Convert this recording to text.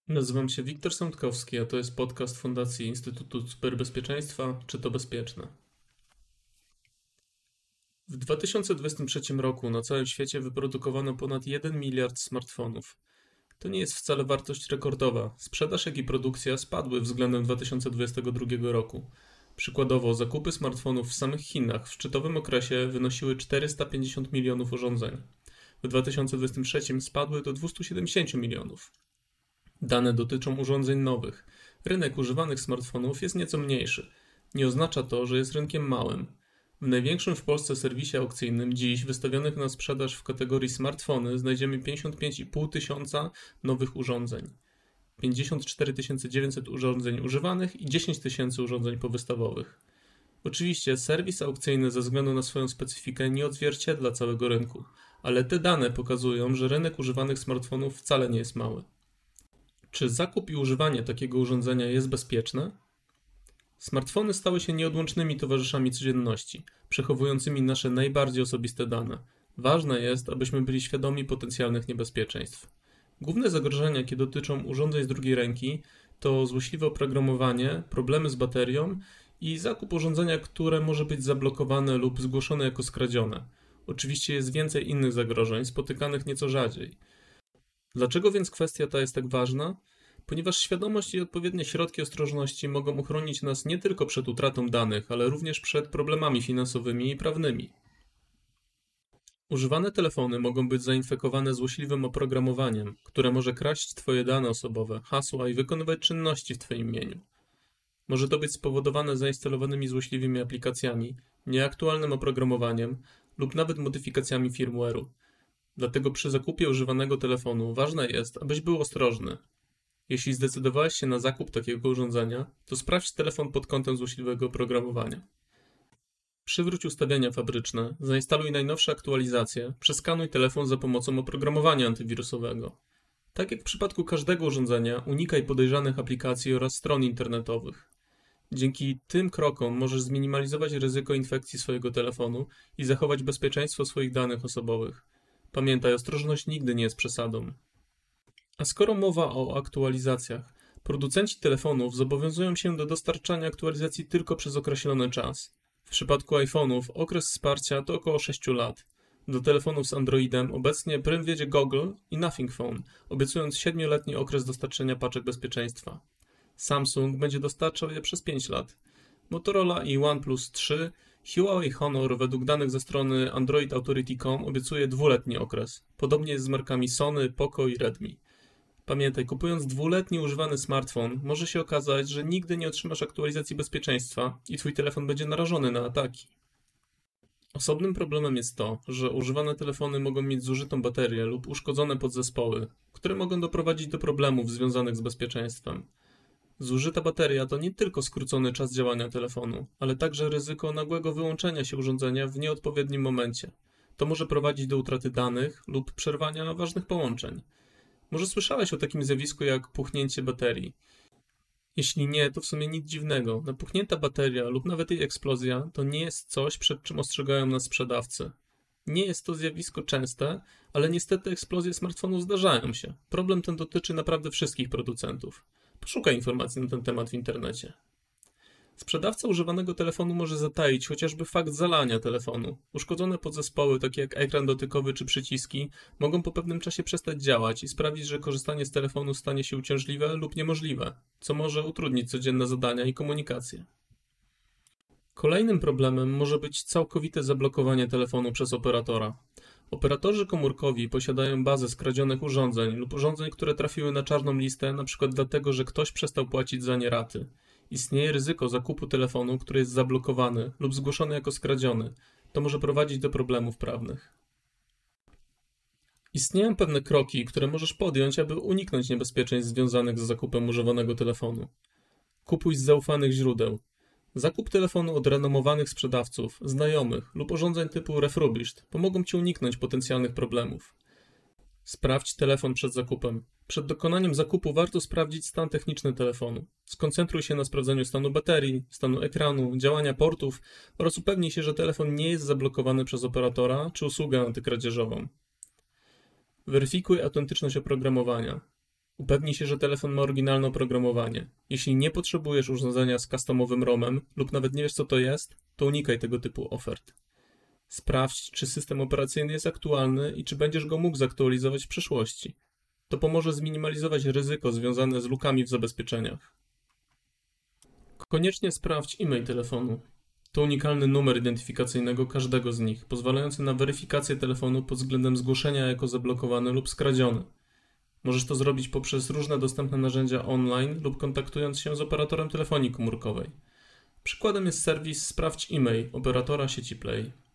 Nazywam się Wiktor Sądkowski, a to jest podcast Fundacji Instytutu Cyberbezpieczeństwa Czy to bezpieczne? W 2023 roku na całym świecie wyprodukowano ponad 1 miliard smartfonów. To nie jest wcale wartość rekordowa. Sprzedaż, jak i produkcja spadły względem 2022 roku. Przykładowo, zakupy smartfonów w samych Chinach w szczytowym okresie wynosiły 450 milionów urządzeń. W 2023 spadły do 270 milionów. Dane dotyczą urządzeń nowych. Rynek używanych smartfonów jest nieco mniejszy. Nie oznacza to, że jest rynkiem małym. W największym w Polsce serwisie aukcyjnym dziś wystawionych na sprzedaż w kategorii smartfony znajdziemy 55,5 tysiąca nowych urządzeń, 54 900 urządzeń używanych i 10 tysięcy urządzeń powystawowych. Oczywiście serwis aukcyjny ze względu na swoją specyfikę nie odzwierciedla całego rynku, ale te dane pokazują, że rynek używanych smartfonów wcale nie jest mały. Czy zakup i używanie takiego urządzenia jest bezpieczne? Smartfony stały się nieodłącznymi towarzyszami codzienności, przechowującymi nasze najbardziej osobiste dane. Ważne jest, abyśmy byli świadomi potencjalnych niebezpieczeństw. Główne zagrożenia, jakie dotyczą urządzeń z drugiej ręki, to złośliwe oprogramowanie, problemy z baterią i zakup urządzenia, które może być zablokowane lub zgłoszone jako skradzione. Oczywiście jest więcej innych zagrożeń, spotykanych nieco rzadziej. Dlaczego więc kwestia ta jest tak ważna? Ponieważ świadomość i odpowiednie środki ostrożności mogą uchronić nas nie tylko przed utratą danych, ale również przed problemami finansowymi i prawnymi. Używane telefony mogą być zainfekowane złośliwym oprogramowaniem, które może kraść Twoje dane osobowe, hasła i wykonywać czynności w Twoim imieniu. Może to być spowodowane zainstalowanymi złośliwymi aplikacjami, nieaktualnym oprogramowaniem lub nawet modyfikacjami firmware'u. Dlatego przy zakupie używanego telefonu ważne jest, abyś był ostrożny. Jeśli zdecydowałeś się na zakup takiego urządzenia, to sprawdź telefon pod kątem złośliwego oprogramowania. Przywróć ustawienia fabryczne, zainstaluj najnowsze aktualizacje, przeskanuj telefon za pomocą oprogramowania antywirusowego. Tak jak w przypadku każdego urządzenia, unikaj podejrzanych aplikacji oraz stron internetowych. Dzięki tym krokom możesz zminimalizować ryzyko infekcji swojego telefonu i zachować bezpieczeństwo swoich danych osobowych. Pamiętaj, ostrożność nigdy nie jest przesadą. A skoro mowa o aktualizacjach, producenci telefonów zobowiązują się do dostarczania aktualizacji tylko przez określony czas. W przypadku iPhone'ów okres wsparcia to około 6 lat. Do telefonów z Androidem obecnie prym wiedzie Google i Nothing Phone, obiecując 7-letni okres dostarczenia paczek bezpieczeństwa. Samsung będzie dostarczał je przez 5 lat. Motorola i OnePlus 3, Huawei Honor według danych ze strony AndroidAuthority.com obiecuje 2-letni okres. Podobnie jest z markami Sony, Poco i Redmi. Pamiętaj, kupując 2-letni używany smartfon, może się okazać, że nigdy nie otrzymasz aktualizacji bezpieczeństwa i twój telefon będzie narażony na ataki. Osobnym problemem jest to, że używane telefony mogą mieć zużytą baterię lub uszkodzone podzespoły, które mogą doprowadzić do problemów związanych z bezpieczeństwem. Zużyta bateria to nie tylko skrócony czas działania telefonu, ale także ryzyko nagłego wyłączenia się urządzenia w nieodpowiednim momencie. To może prowadzić do utraty danych lub przerwania ważnych połączeń. Może słyszałeś o takim zjawisku jak puchnięcie baterii. Jeśli nie, to w sumie nic dziwnego. Napuchnięta bateria lub nawet jej eksplozja to nie jest coś, przed czym ostrzegają nas sprzedawcy. Nie jest to zjawisko częste, ale niestety eksplozje smartfonów zdarzają się. Problem ten dotyczy naprawdę wszystkich producentów. Poszukaj informacji na ten temat w internecie. Sprzedawca używanego telefonu może zataić chociażby fakt zalania telefonu. Uszkodzone podzespoły, takie jak ekran dotykowy czy przyciski, mogą po pewnym czasie przestać działać i sprawić, że korzystanie z telefonu stanie się uciążliwe lub niemożliwe, co może utrudnić codzienne zadania i komunikację. Kolejnym problemem może być całkowite zablokowanie telefonu przez operatora. Operatorzy komórkowi posiadają bazę skradzionych urządzeń lub urządzeń, które trafiły na czarną listę, np. dlatego, że ktoś przestał płacić za nie raty. Istnieje ryzyko zakupu telefonu, który jest zablokowany lub zgłoszony jako skradziony. To może prowadzić do problemów prawnych. Istnieją pewne kroki, które możesz podjąć, aby uniknąć niebezpieczeństw związanych z zakupem używanego telefonu. Kupuj z zaufanych źródeł. Zakup telefonu od renomowanych sprzedawców, znajomych lub urządzeń typu refurbished pomogą Ci uniknąć potencjalnych problemów. Sprawdź telefon przed zakupem. Przed dokonaniem zakupu warto sprawdzić stan techniczny telefonu. Skoncentruj się na sprawdzeniu stanu baterii, stanu ekranu, działania portów oraz upewnij się, że telefon nie jest zablokowany przez operatora czy usługę antykradzieżową. Weryfikuj autentyczność oprogramowania. Upewnij się, że telefon ma oryginalne oprogramowanie. Jeśli nie potrzebujesz urządzenia z customowym ROM-em lub nawet nie wiesz co to jest, to unikaj tego typu ofert. Sprawdź, czy system operacyjny jest aktualny i czy będziesz go mógł zaktualizować w przyszłości. To pomoże zminimalizować ryzyko związane z lukami w zabezpieczeniach. Koniecznie sprawdź e-mail telefonu. To unikalny numer identyfikacyjnego każdego z nich, pozwalający na weryfikację telefonu pod względem zgłoszenia jako zablokowany lub skradziony. Możesz to zrobić poprzez różne dostępne narzędzia online lub kontaktując się z operatorem telefonii komórkowej. Przykładem jest serwis Sprawdź e-mail operatora sieci Play.